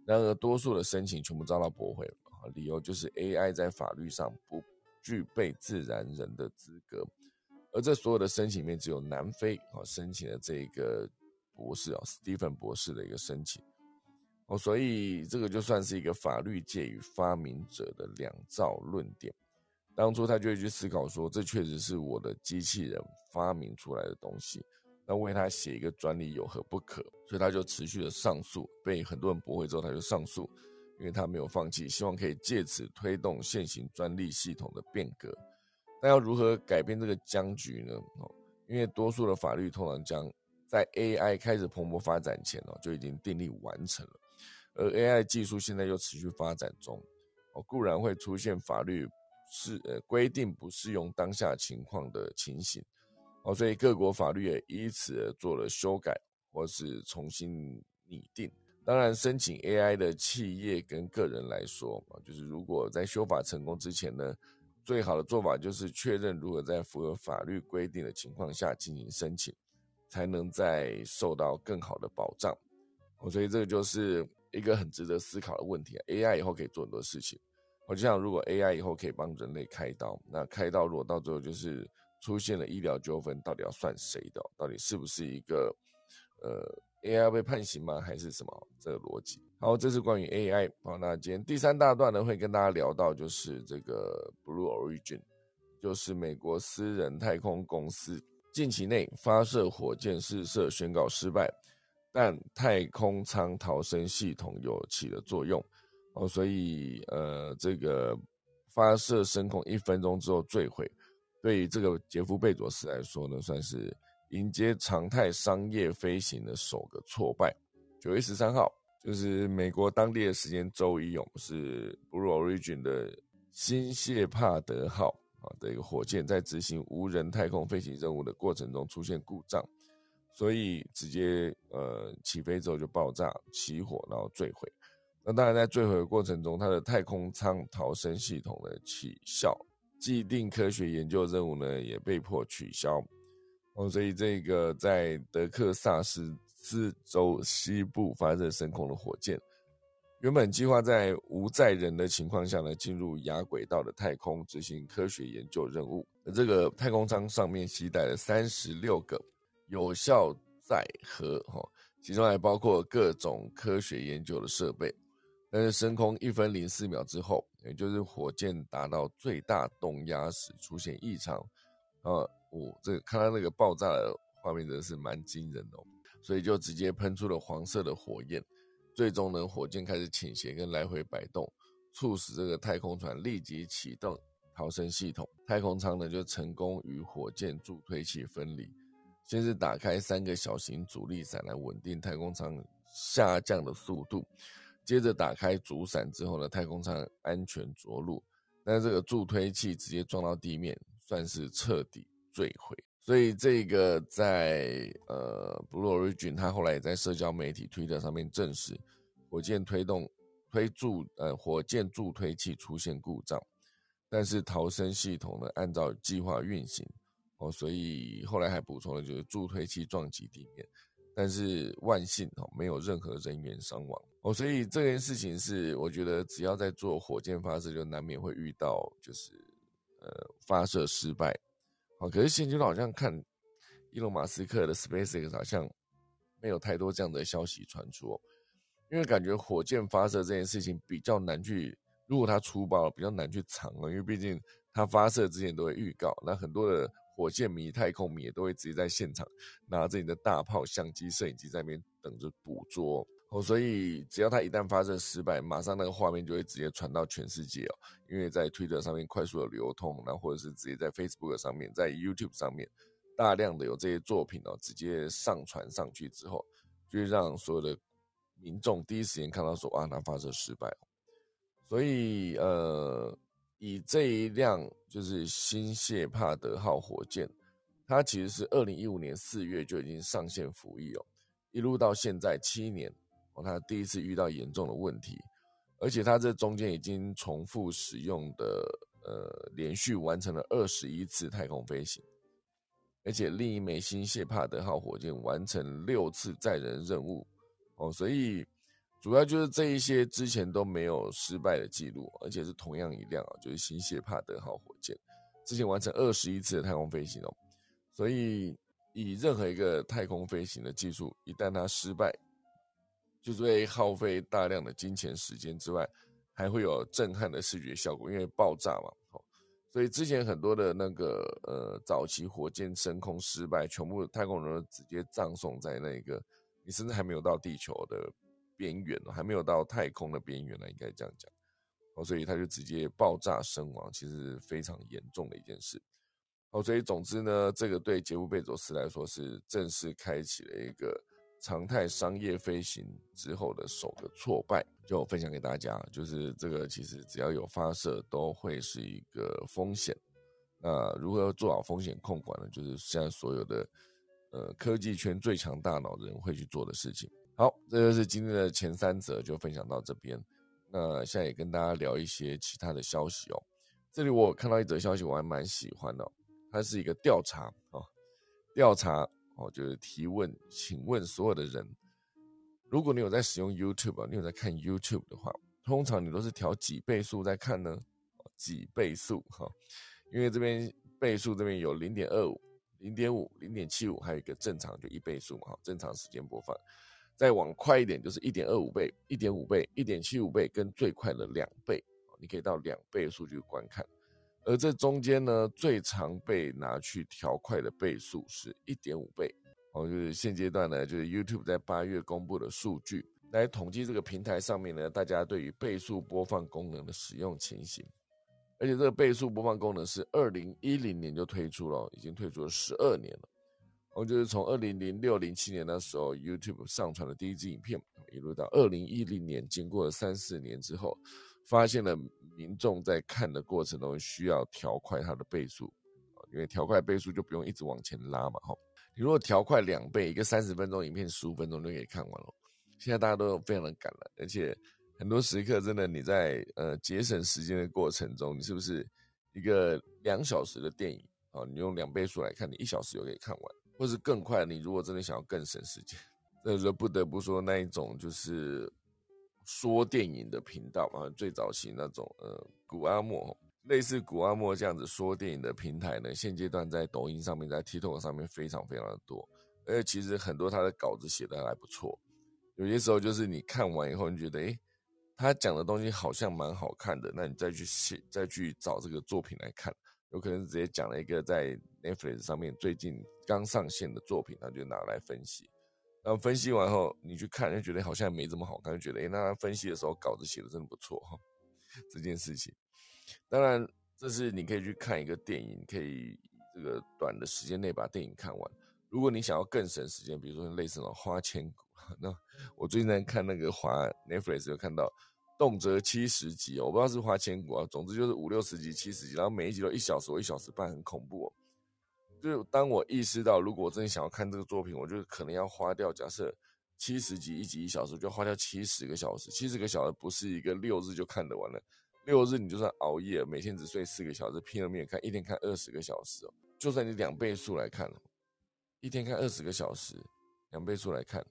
然而多数的申请全部遭到驳回，理由就是 AI 在法律上不具备自然人的资格，而这所有的申请里面只有南非申请了这个博士史蒂芬博士的一个申请，所以这个就算是一个法律界与发明者的两造论点。当初他就会去思考说，这确实是我的机器人发明出来的东西，那为他写一个专利有何不可？所以他就持续的上诉，被很多人驳回之后他就上诉，因为他没有放弃，希望可以借此推动现行专利系统的变革。那要如何改变这个僵局呢？因为多数的法律通常将在 AI 开始蓬勃发展前就已经订立完成了，而 AI 技术现在又持续发展中，固然会出现法律规定不适用当下情况的情形，所以各国法律也因此而做了修改或是重新拟定。当然，申请 AI 的企业跟个人来说，就是如果在修法成功之前呢，最好的做法就是确认如何在符合法律规定的情况下进行申请，才能再受到更好的保障。所以这个就是一个很值得思考的问题。AI 以后可以做很多事情，就像如果 AI 以后可以帮人类开刀，那开刀如果到最后就是出现了医疗纠纷，到底要算谁的？到底是不是一个AI 要被判刑吗？还是什么这个逻辑？好，这是关于 AI。好，那今天第3大段呢，会跟大家聊到就是这个 Blue Origin， 就是美国私人太空公司近期内发射火箭试射宣告失败，但太空舱逃生系统有起了作用，所以这个发射升空1分钟之后坠毁，对于这个杰夫贝佐斯来说呢，算是迎接常态商业飞行的首个挫败。9月13号，就是美国当地的时间周一，是 Blue Origin 的新谢帕德号的一个火箭在执行无人太空飞行任务的过程中出现故障，所以直接起飞之后就爆炸起火，然后坠毁。那当然在坠毁的过程中，它的太空舱逃生系统的起效，既定科学研究任务呢也被迫取消。所以这个在德克萨斯州西部发射升空的火箭，原本计划在无载人的情况下呢，进入亚轨道的太空执行科学研究任务。而这个太空舱上面携带了36个有效载荷，其中还包括各种科学研究的设备。但是升空1分04秒之后，也就是火箭达到最大动压时出现异常，这个看到那个爆炸的画面真的是蛮惊人的，所以就直接喷出了黄色的火焰。最终呢，火箭开始倾斜跟来回摆动，促使这个太空船立即启动逃生系统。太空舱呢就成功与火箭助推器分离，先是打开3个小型阻力伞来稳定太空舱下降的速度，接着打开主伞之后呢，太空舱安全着陆，但是这个助推器直接撞到地面，算是彻底坠毁。所以这个在Blue Origin 他后来也在社交媒体 Twitter 上面证实，火箭助推器出现故障，但是逃生系统呢按照计划运行，所以后来还补充了就是助推器撞击地面，但是万幸没有任何人员伤亡，所以这件事情是我觉得只要在做火箭发射就难免会遇到就是发射失败。可是现阶段好像看伊隆马斯克的 SpaceX 好像没有太多这样的消息传出，因为感觉火箭发射这件事情比较难去，如果它出包了比较难去藏，因为毕竟它发射之前都会预告，那很多的火箭迷、太空迷也都会直接在现场拿着你的大炮、相机、摄影机在那边等着捕捉。所以只要它一旦发射失败，马上那个画面就会直接传到全世界，因为在 Twitter 上面快速的流通，然后或者是直接在 Facebook 上面，在 YouTube 上面大量的有这些作品直接上传上去之后，就会让所有的民众第一时间看到说它发射失败。所以以这一辆就是新谢帕德号火箭，它其实是2015年4月就已经上线服役，一路到现在7年，它第一次遇到严重的问题，而且它这中间已经重复使用的连续完成了21次太空飞行，而且另一枚新谢帕德号火箭完成6次载人任务，所以主要就是这一些之前都没有失败的记录，而且是同样一辆就是新谢帕德号火箭，之前完成21次的太空飞行哦。所以以任何一个太空飞行的技术，一旦它失败，就是会耗费大量的金钱时间之外，还会有震撼的视觉效果，因为爆炸嘛。所以之前很多的那个早期火箭升空失败，全部太空人都直接葬送在那个你甚至还没有到地球的边缘，还没有到太空的边缘了，应该这样讲。所以它就直接爆炸身亡，其实非常严重的一件事。所以总之呢，这个对杰夫贝佐斯来说是正式开启了一个常态商业飞行之后的首个挫败，就分享给大家。就是这个其实只要有发射都会是一个风险。那如何做好风险控管呢？就是现在所有的科技圈最强大脑的人会去做的事情。好，这就是今天的前3则，就分享到这边。那现在也跟大家聊一些其他的消息哦。这里我有看到一则消息，我还蛮喜欢的哦。它是一个调查哦，调查哦，就是提问，请问所有的人，如果你有在使用 YouTube， 你有在看 YouTube 的话，通常你都是调几倍速在看呢？几倍速哈，因为这边倍速这边有 0.25、0.5、0.75，还有一个正常就1倍速嘛，正常时间播放。再往快一点就是 1.25 倍、1.5倍、1.75倍跟最快的2倍，你可以到2倍速去观看。而这中间呢，最常被拿去调快的倍数是 1.5 倍。就是现阶段呢，就是 YouTube 在8月公布的数据，来统计这个平台上面呢，大家对于倍速播放功能的使用情形。而且这个倍速播放功能是2010年就推出了，已经推出了12年了。就是从2006、07年那时候 YouTube 上传的第一支影片，一路到2010年，经过了3、4年之后，发现了民众在看的过程中需要调快它的倍速，因为调快倍速就不用一直往前拉嘛。你如果调快2倍，一个30分钟影片15分钟就可以看完了。现在大家都非常的赶了，而且很多时刻真的你在节省时间的过程中，你是不是一个2小时的电影你用2倍速来看，你1小时就可以看完，或是更快。你如果真的想要更省时间，那就不得不说那一种就是说电影的频道嘛，最早期那种古阿莫，类似古阿莫这样子说电影的平台呢，现阶段在抖音上面，在 TikTok 上面非常非常的多。而且其实很多他的稿子写的还不错，有些时候就是你看完以后，你觉得他讲的东西好像蛮好看的，那你再去找这个作品来看，有可能直接讲了一个在 Netflix 上面最近刚上线的作品，他就拿来分析。然后分析完后，你去看就觉得好像没这么好看，就觉得那他分析的时候稿子写的真的不错这件事情。当然，这是你可以去看一个电影，可以这个短的时间内把电影看完。如果你想要更省时间，比如说类似那种花千骨，那我最近在看那个华 Netflix 有看到动辄70集我不知道是花千骨总之就是50、60集、70集，然后每一集都1小时或1小时半，很恐怖就当我意识到，如果我真的想要看这个作品，我就可能要花掉，假设70集1集1小时，就花掉70个小时。70个小时不是一个6日就看得完了，6日你就算熬夜，每天只睡4个小时，拼了命看，一天看20个小时就算你2倍速来看一天看20个小时，2倍速来看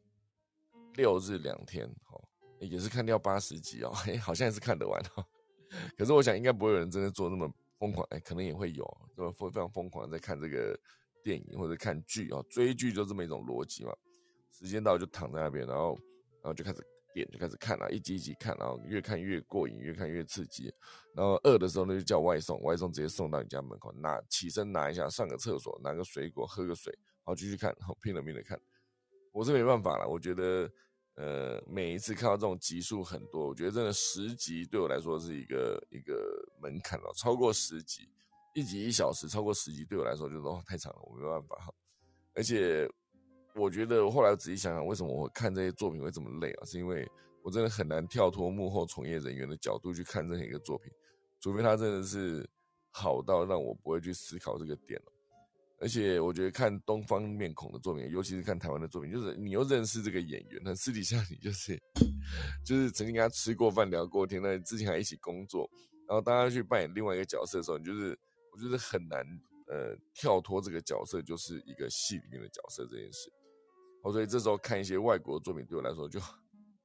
，6日2天也是看掉80集好像也是看得完可是我想应该不会有人真的做那么疯狂，可能也会有，非常疯狂的在看这个电影或者看剧追剧就这么一种逻辑嘛。时间到就躺在那边，然后就开始点，就开始看一集一集看，然后越看越过瘾，越看越刺激。然后饿的时候呢就叫外送，外送直接送到你家门口，起身拿一下，上个厕所，拿个水果，喝个水，好继续看，拼了命的看。我是没办法啦，我觉得每一次看到这种集数很多，我觉得真的10集对我来说是一个门槛超过10集，1集1小时，超过10集对我来说就太长了，我没办法而且我觉得后来仔细想想，为什么我看这些作品会这么累是因为我真的很难跳脱幕后从业人员的角度去看任何一个作品，除非他真的是好到让我不会去思考这个点而且我觉得看东方面孔的作品，尤其是看台湾的作品，就是你又认识这个演员，那私底下你就是曾经跟他吃过饭、聊过天，那之前还一起工作，然后大家去扮演另外一个角色的时候，我觉得很难跳脱这个角色就是一个戏里面的角色这件事。所以这时候看一些外国的作品对我来说就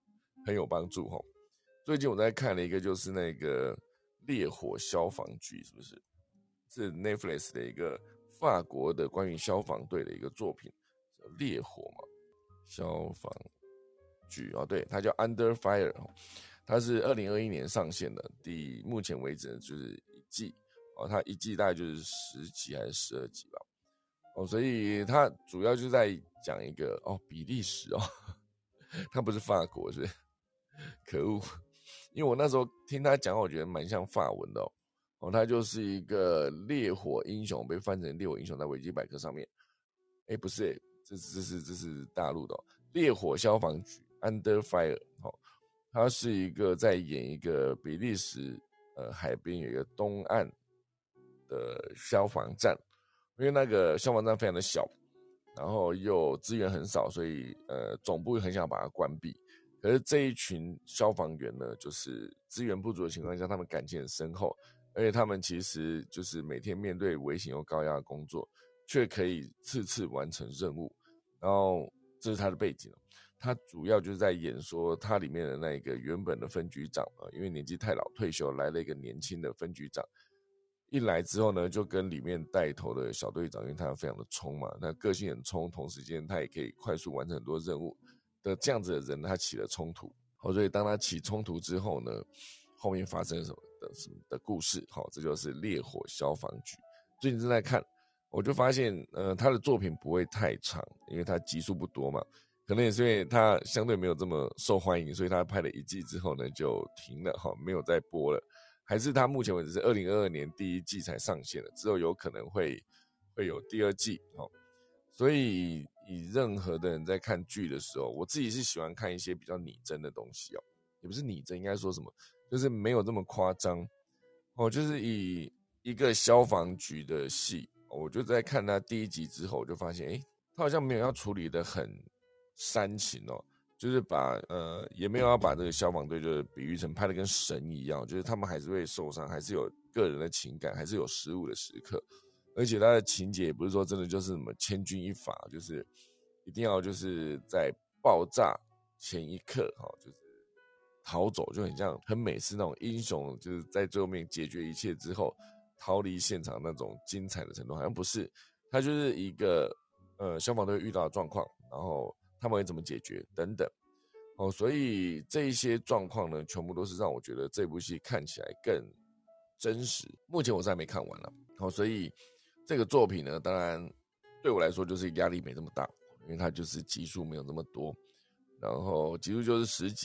很有帮助齁。最近我在看了一个，就是那个烈火消防局，是不是？是 Netflix 的一个法国的关于消防队的一个作品，烈火嘛，消防局啊，对，它叫 Under Fire， 它是2021年上线的，目前为止就是一季哦，它一季大概就是10集还是12集吧，哦，所以它主要就在讲一个比利时哦，它不是法国，是不是？可恶！因为我那时候听他讲，我觉得蛮像法文的哦，他就是一个烈火英雄，被翻成烈火英雄在维基百科上面。不是，这是大陆的烈火消防局 Under Fire 他是一个在演一个比利时海边有一个东岸的消防站，因为那个消防站非常的小，然后又资源很少，所以总部很想把它关闭。可是这一群消防员呢，就是资源不足的情况下，他们感情很深厚，而且他们其实就是每天面对危险又高压的工作，却可以次完成任务。然后这是他的背景，他主要就是在演说他里面的那个原本的分局长因为年纪太老退休，来了一个年轻的分局长。一来之后呢，就跟里面带头的小队长，因为他非常的冲嘛，那个性很冲，同时间他也可以快速完成很多任务的这样子的人，他起了冲突。所以当他起冲突之后呢，后面发生什么的故事，这就是烈火消防局。最近正在看，我就发现他的作品不会太长，因为他集数不多嘛，可能也是因为他相对没有这么受欢迎，所以他拍了一季之后呢就停了，没有再播了。还是他目前为止是2022年第一季才上线的，之后有可能会有第二季。所以以任何的人在看剧的时候，我自己是喜欢看一些比较拟真的东西也不是拟真，应该说什么，就是没有这么夸张就是以一个消防局的戏，我就在看他第一集之后，我就发现他好像没有要处理的很煽情就是也没有要把这个消防队就是比喻成拍的跟神一样，就是他们还是会受伤，还是有个人的情感，还是有失误的时刻，而且他的情节也不是说真的就是什么千钧一发，就是一定要就是在爆炸前一刻就是逃走，就很像很美式那种英雄，就是在最后面解决一切之后逃离现场那种精彩的程度，好像不是，他就是一个消防队遇到的状况，然后他们会怎么解决等等所以这一些状况呢，全部都是让我觉得这部戏看起来更真实。目前我是还没看完了所以这个作品呢，当然对我来说就是压力没这么大，因为它就是集数没有这么多，然后集数就是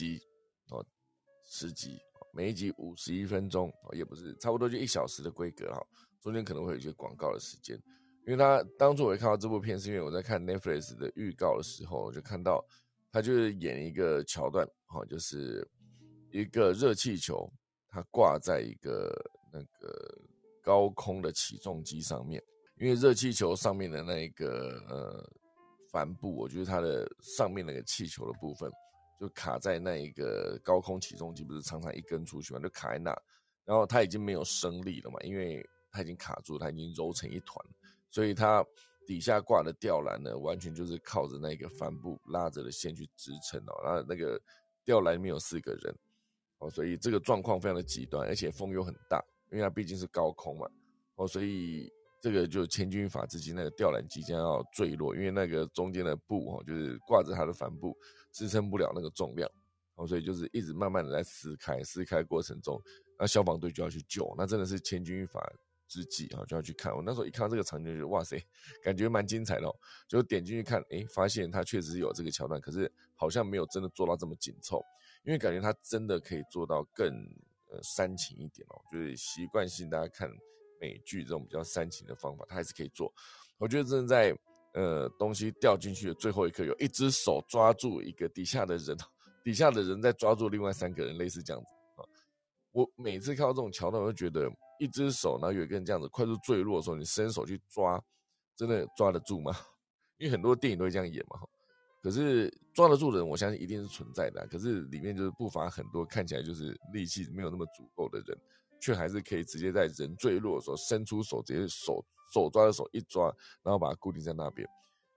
10集，每一集51分钟也不是差不多就1小时的规格中间可能会有一些广告的时间。因为他当初我会看到这部片，是因为我在看 Netflix 的预告的时候，我就看到他就是演一个桥段就是一个热气球，它挂在一个那个高空的起重机上面，因为热气球上面的那个帆布，我觉得它的上面那个气球的部分就卡在那一个高空起重机，不是常常一根出去嘛，就卡在那，然后它已经没有升力了嘛，因为它已经卡住，它已经揉成一团，所以它底下挂的吊篮呢，完全就是靠着那个帆布拉着的线去支撑然后那个吊篮里面有4个人所以这个状况非常的极端，而且风又很大，因为它毕竟是高空嘛所以这个就千钧一发之际，那个吊篮即将要坠落，因为那个中间的布就是挂着它的帆布支撑不了那个重量所以就是一直慢慢的在撕开过程中，那消防队就要去救，那真的是千钧一发之际就要去看。我那时候一看到这个场景就觉得哇塞，感觉蛮精彩的就点进去看发现它确实有这个桥段，可是好像没有真的做到这么紧凑，因为感觉它真的可以做到更煽情一点就是习惯性大家看美剧这种比较煽情的方法，它还是可以做。我觉得真的在东西掉进去的最后一刻，有一只手抓住一个底下的人，底下的人在抓住另外3个人，类似这样子我每次看到这种桥段，我就觉得一只手，然后有一个人这样子快速坠落的时候，你伸手去抓，真的抓得住吗？因为很多电影都会这样演嘛可是抓得住的人，我相信一定是存在的可是里面就是不乏很多看起来就是力气没有那么足够的人，却还是可以直接在人坠落的时候伸出手，直接手抓着手一抓，然后把它固定在那边。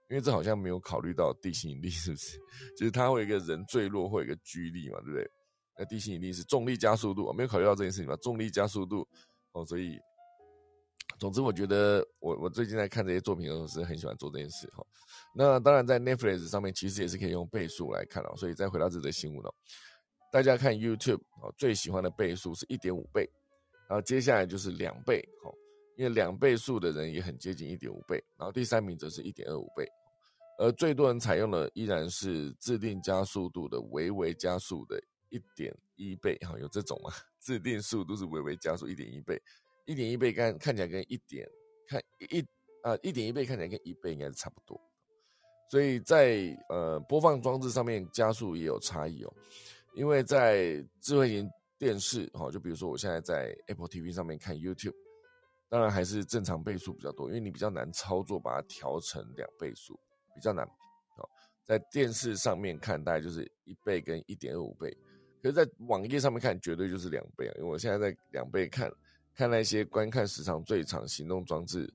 因为这好像没有考虑到地心引力，是不是？就是它会有一个人坠落，会有一个居力嘛，对不对？那地心引力是重力加速度，没有考虑到这件事情嘛？重力加速度所以总之我觉得我最近在看这些作品的时候是很喜欢做这件事那当然在 Netflix 上面其实也是可以用倍速来看所以再回到这则新闻大家看 YouTube 最喜欢的倍速是 1.5 倍，然后接下来就是2倍因为2倍速的人也很接近 1.5 倍，然后第3名则是 1.25 倍，而最多人采用的依然是自定加速度的微微加速的 1.1 倍有这种吗？自定速度是微微加速 1.1 倍，1.1 倍看起来跟1.1倍看起来跟1倍应该是差不多，所以在播放装置上面加速也有差异因为在智慧型电视就比如说我现在在 Apple TV 上面看 YouTube， 当然还是正常倍速比较多，因为你比较难操作把它调成2倍速，比较难在电视上面看大概就是1倍跟 1.25 倍，可是在网页上面看绝对就是2倍因为我现在在2倍看那些观看时长最长行动装置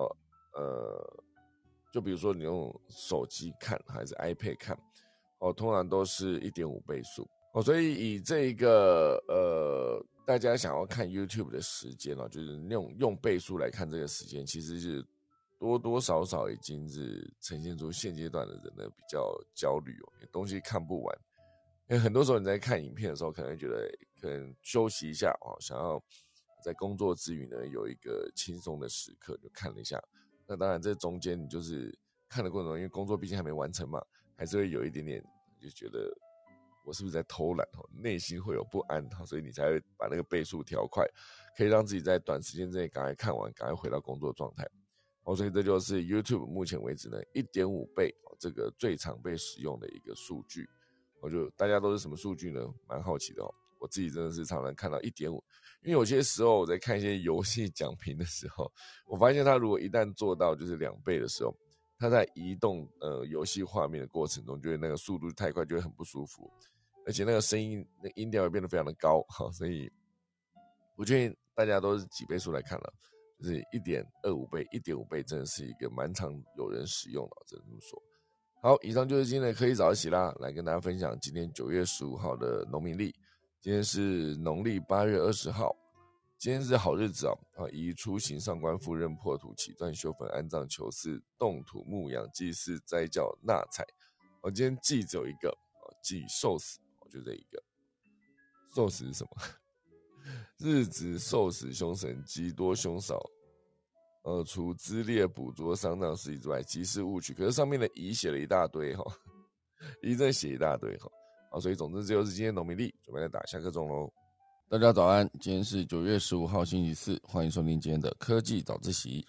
就比如说你用手机看还是 iPad 看通常都是 1.5 倍速所以以这个大家想要看 YouTube 的时间就是用倍速来看这个时间，其实是多多少少已经是呈现出现阶段的人呢比较焦虑东西看不完，因为很多时候你在看影片的时候可能觉得可能休息一下想要在工作之余呢有一个轻松的时刻就看了一下，那当然这中间你就是看的过程中因为工作毕竟还没完成嘛，还是会有一点点就觉得我是不是在偷懒内心会有不安所以你才会把那个倍速调快，可以让自己在短时间之内赶快看完，赶快回到工作状态所以这就是 YouTube 目前为止呢 1.5 倍这个最常被使用的一个数据就大家都是什么数据呢？蛮好奇的我自己真的是常常看到 1.5， 因为有些时候我在看一些游戏讲评的时候，我发现它如果一旦做到就是2倍的时候，它在移动游戏画面的过程中，觉得那个速度太快就会很不舒服，而且那个声音那音调也变得非常的高所以我建议大家都是几倍速来看了，就是 1.25 倍 1.5 倍真的是一个蛮常有人使用的只能这么说。好，以上就是今天的科技早起啦，来跟大家分享今天9月15号的农民历，今天是农历8月20号，今天是好日子宜出行上官赴任破土起钻修坟安葬求嗣动土牧羊祭祀斋教纳财今天祭只有一个祭受死，就这一个。受死是什么？日子受死凶神吉多凶少除资猎捕捉丧葬事宜之外，即是误取。可是上面的乙写了一大堆乙真写一大堆所以总之这就是今天农民历，准备来打下课钟咯。大家早安，今天是9月15号星期四，欢迎收听今天的科技早自习。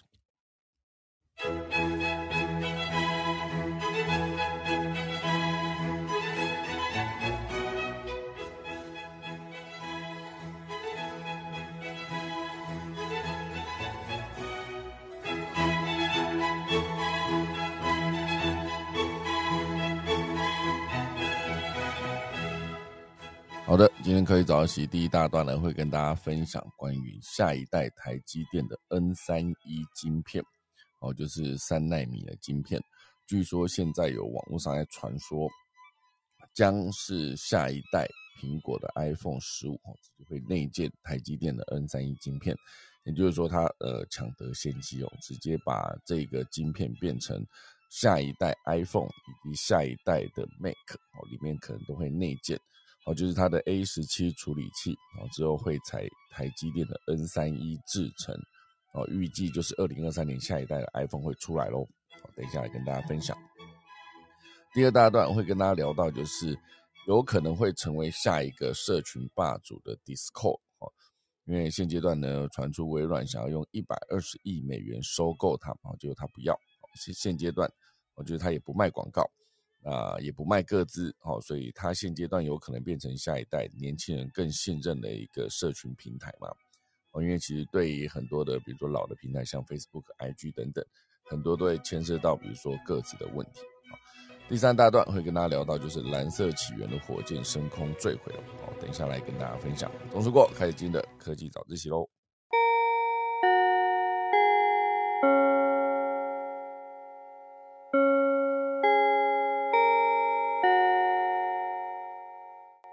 好的，今天科技早起第一大段呢，会跟大家分享关于下一代台积电的 N31 晶片就是3奈米的晶片，据说现在有网络上在传说将是下一代苹果的 iPhone 15就会内建台积电的 N31 晶片，也就是说它抢得先机直接把这个晶片变成下一代 iPhone 以及下一代的 Mac 里面可能都会内建就是它的 A17 处理器之后会采台积电的 N31 制程预计就是2023年下一代的 iPhone 会出来咯等一下来跟大家分享。第二大段我会跟大家聊到就是有可能会成为下一个社群霸主的 Discord因为现阶段呢传出微软想要用120亿美元收购它结果它不要现阶段我觉得它也不卖广告也不卖个资所以它现阶段有可能变成下一代年轻人更信任的一个社群平台嘛因为其实对于很多的比如说老的平台像 Facebook、IG 等等很多都会牵涉到比如说个资的问题第三大段会跟大家聊到就是蓝色起源的火箭升空坠毁了等一下来跟大家分享。总之过开始今天的科技早自习咯。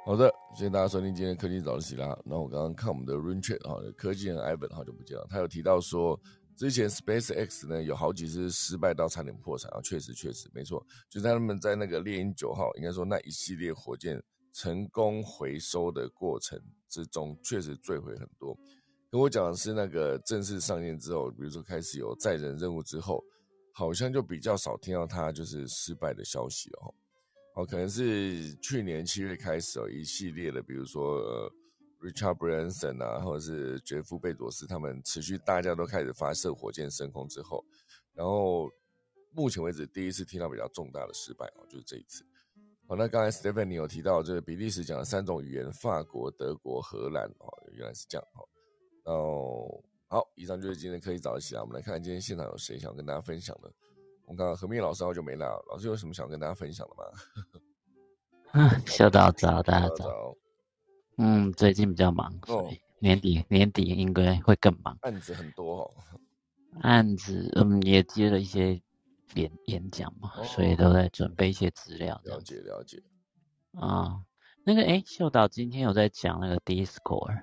好的，谢谢大家收听今天的科技早起啦。那我刚刚看我们的 Run Chat 科技人 Ivan 好久不见了，他有提到说，之前 SpaceX 呢有好几次失败到差点破产啊，确实没错，就在他们在那个猎鹰9号，应该说那一系列火箭成功回收的过程之中，确实坠毁很多。跟我讲的是那个正式上线之后，比如说开始有载人任务之后，好像就比较少听到它就是失败的消息了。可能是去年7月开始一系列的，比如说Richard Branson 啊，或者是杰夫贝佐斯他们持续大家都开始发射火箭升空之后，然后目前为止第一次听到比较重大的失败就是这一次。好，那刚才 Stephanie 有提到，就是比利时讲的3种语言，法国、德国、荷兰原来是这样然后好，以上就是今天科技早起啦。我们来看看今天现场有谁想跟大家分享的。我们刚刚何面老师好久没来了，老师有什么想跟大家分享的吗？ 秀到早，大家早。最近比较忙，所以年底应该会更忙。 案子很多案子也接了一些演讲嘛，所以都在准备一些资料。 了解。 那个秀导今天有在讲那个 Discord。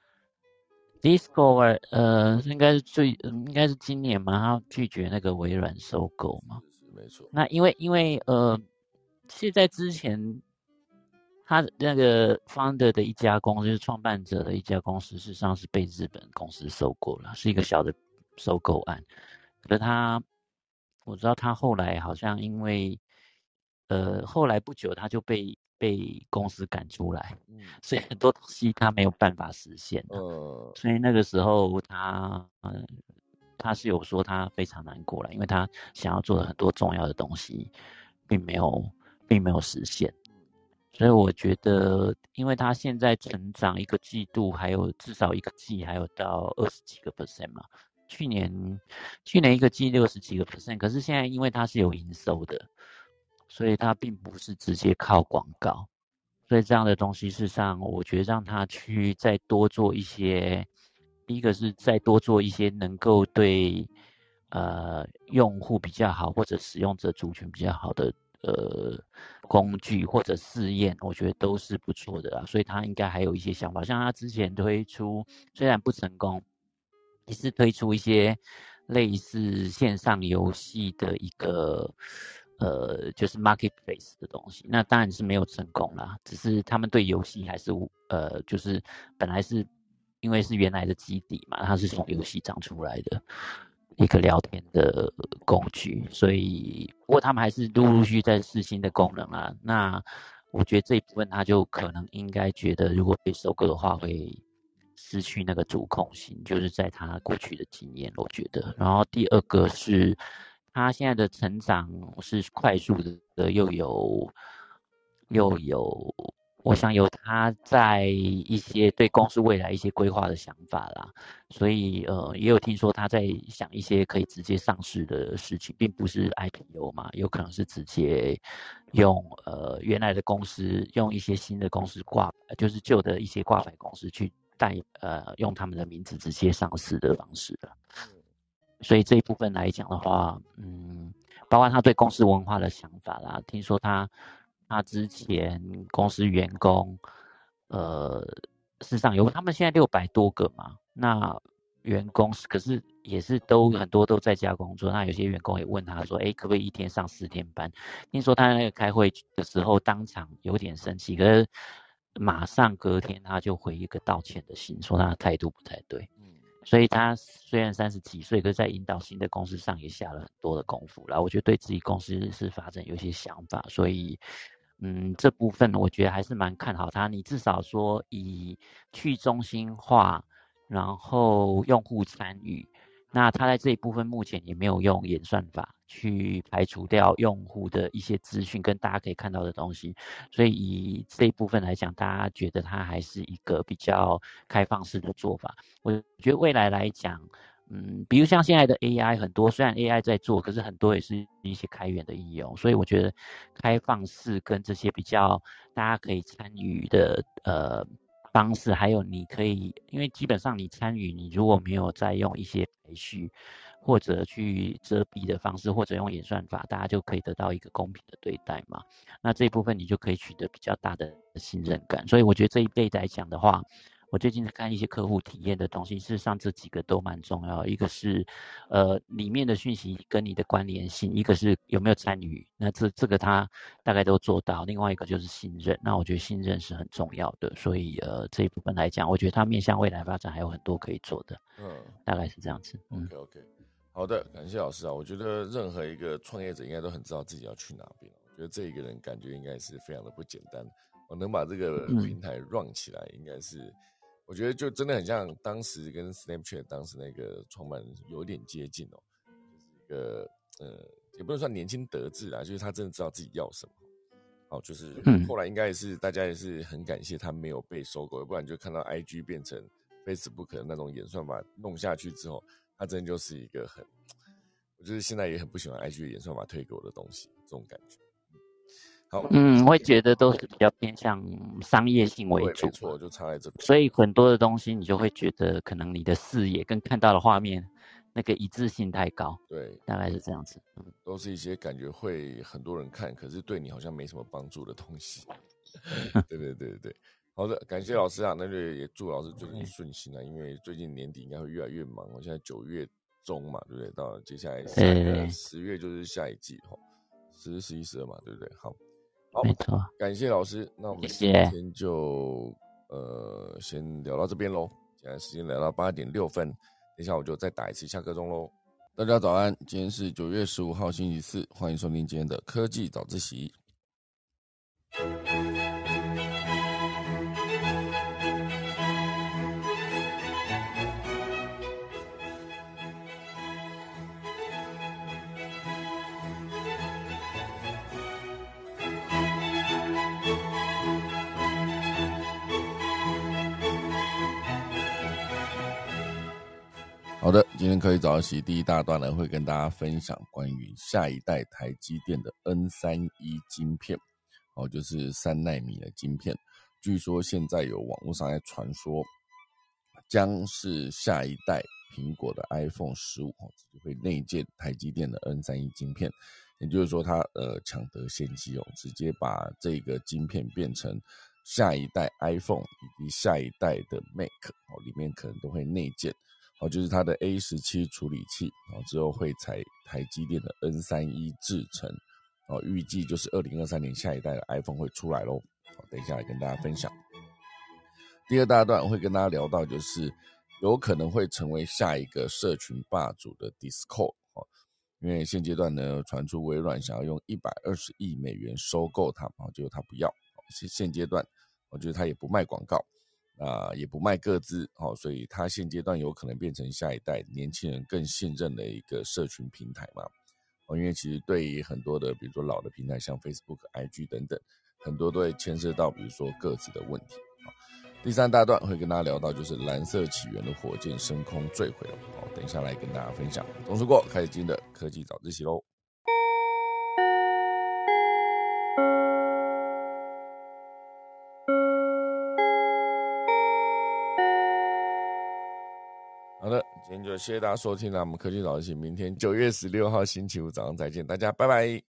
应该是今年嘛，他拒绝那个微软收购嘛。 是没错。 那因为现在之前。他那个 founder 的一家公司，就是创办者的一家公司，事实上是被日本公司收购了，是一个小的收购案。可是我知道他后来好像因为，后来不久他就被公司赶出来，所以很多东西他没有办法实现所以那个时候他是有说他非常难过了，因为他想要做的很多重要的东西，并没有实现。所以我觉得，因为他现在成长一个季度，还有至少一个季，还有到20几个%嘛。去年一个季60几个%，可是现在因为它是有营收的，所以它并不是直接靠广告。所以这样的东西，事实上，我觉得让他去再多做一些，第一个是再多做一些能够对用户比较好，或者使用者族群比较好的工具或者试验，我觉得都是不错的啦。所以他应该还有一些想法，像他之前推出，虽然不成功，也是推出一些类似线上游戏的一个就是 marketplace 的东西。那当然是没有成功啦，只是他们对游戏还是就是本来是因为是原来的基底嘛，它是从游戏长出来的一个聊天的工具，所以不过他们还是陆陆续续在试新的功能啦。那我觉得这一部分他就可能应该觉得，如果被收购的话，会失去那个主控性，就是在他过去的经验，我觉得。然后第二个是，他现在的成长是快速的，又有，我想有他在一些对公司未来一些规划的想法啦。所以也有听说他在想一些可以直接上市的事情，并不是 IPO 嘛，有可能是直接用原来的公司，用一些新的公司就是旧的一些挂牌公司去用他们的名字直接上市的方式了。所以这一部分来讲的话，包括他对公司文化的想法啦，听说他之前公司员工，事实上他们现在600多个嘛，那员工可是也是很多都在家工作，那有些员工也问他说，可不可以一天上4天班？听说他那个开会的时候当场有点生气，可是马上隔天他就回一个道歉的信，说他的态度不太对。所以他虽然30几岁，可是在引导新的公司上也下了很多的功夫啦。我觉得对自己公司是发展有一些想法，所以这部分我觉得还是蛮看好他。你至少说以去中心化，然后用户参与，那他在这一部分目前也没有用演算法去排除掉用户的一些资讯跟大家可以看到的东西，所以以这一部分来讲，大家觉得它还是一个比较开放式的做法。我觉得未来来讲，比如像现在的 AI 很多，虽然 AI 在做，可是很多也是一些开源的应用，所以我觉得开放式跟这些比较大家可以参与的方式，还有你可以，因为基本上你参与，你如果没有再用一些排序， 或者去遮蔽的方式，或者用演算法，大家就可以得到一个公平的对待嘛。那这一部分你就可以取得比较大的信任感。所以我觉得这一类来讲的话，我最近在看一些客户体验的东西，事实上这几个都蛮重要。一个是里面的讯息跟你的关联性，一个是有没有参与，那这个他大概都做到。另外一个就是信任，那我觉得信任是很重要的。所以这一部分来讲，我觉得它面向未来发展还有很多可以做的。大概是这样子。 OK， 好的，感谢老师啊。我觉得任何一个创业者应该都很知道自己要去哪边。我觉得这一个人感觉应该是非常的不简单。我能把这个平台 run 起来，应该是我觉得就真的很像当时跟 Snapchat 当时那个创办人有点接近哦，就是一个也不能算年轻得志啦，就是他真的知道自己要什么。好，就是后来应该也是大家也是很感谢他没有被收购，不然就看到 IG 变成 Facebook 的那种演算法弄下去之后，他真的就是一个我就是现在也很不喜欢 IG 的演算法推给我的东西，这种感觉。好， 我会觉得都是比较偏向商业性为主， 没错，就差在这边。 所以很多的东西你就会觉得可能你的视野跟看到的画面那个一致性太高， 对， 大概是这样子。 都是一些感觉会很多人看，可是对你好像没什么帮助的东西。对，好的，感谢老师啊，那就也祝老师最近顺心啊，因为最近年底应该会越来越忙，现在9月中嘛，对不对？到了接下来10月就是下一季哈，10、11、12嘛，对不对？好， 没错， 感谢老师，那我们今天就先聊到这边喽。现在时间来到8点6分，等一下我就再打一次下课钟喽。大家早安，今天是9月15号星期四，欢迎收听今天的科技早自习。好的，今天科技早自习第一大段呢，会跟大家分享关于下一代台积电的 N31 晶片，就是3奈米的晶片。据说现在有网络上在传说，将是下一代苹果的 iPhone 15就会内建台积电的 N31 晶片，也就是说它抢得先机直接把这个晶片变成下一代 iPhone 以及下一代的 Mac 里面可能都会内建。就是它的 A17 处理器，之后会采台积电的 N31 制程，预计就是2023年下一代的 iPhone 会出来咯。等一下来跟大家分享。第二大段会跟大家聊到，就是有可能会成为下一个社群霸主的 Discord，因为现阶段呢传出微软想要用120亿美元收购它，结果它不要。现阶段我觉得它也不卖广告。也不卖个资，所以它现阶段有可能变成下一代年轻人更信任的一个社群平台嘛。因为其实对于很多的比如说老的平台像 Facebook、IG 等等，很多都会牵涉到比如说个资的问题。第三大段会跟大家聊到就是蓝色起源的火箭升空坠毁了，等一下来跟大家分享。总之过，开始今天的科技早自习咯。好的，今天就谢谢大家收听了我们科技早自习，明天9月16号星期五早上再见，大家拜拜。